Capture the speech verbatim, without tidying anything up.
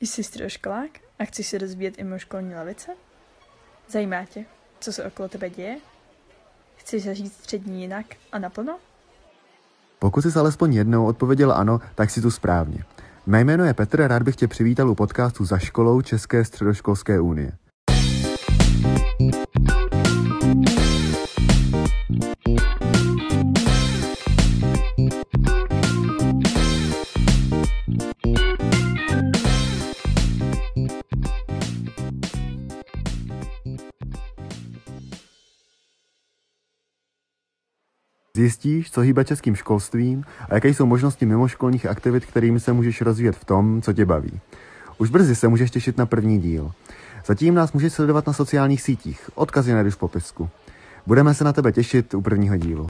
Jsi středoškolák a chceš se rozvíjet i mimo školní lavice? Zajímá tě, co se okolo tebe děje? Chceš zažít střední jinak a naplno? Pokud jsi alespoň jednou odpověděl ano, tak si tu správně. Mé jméno je Petr a rád bych tě přivítal u podcastu Za školou České středoškolské unie. Zjistíš, co hýbe českým školstvím a jaké jsou možnosti mimoškolních aktivit, kterými se můžeš rozvíjet v tom, co tě baví. Už brzy se můžeš těšit na první díl. Zatím nás můžeš sledovat na sociálních sítích, odkazy najdeš v popisku. Budeme se na tebe těšit u prvního dílu.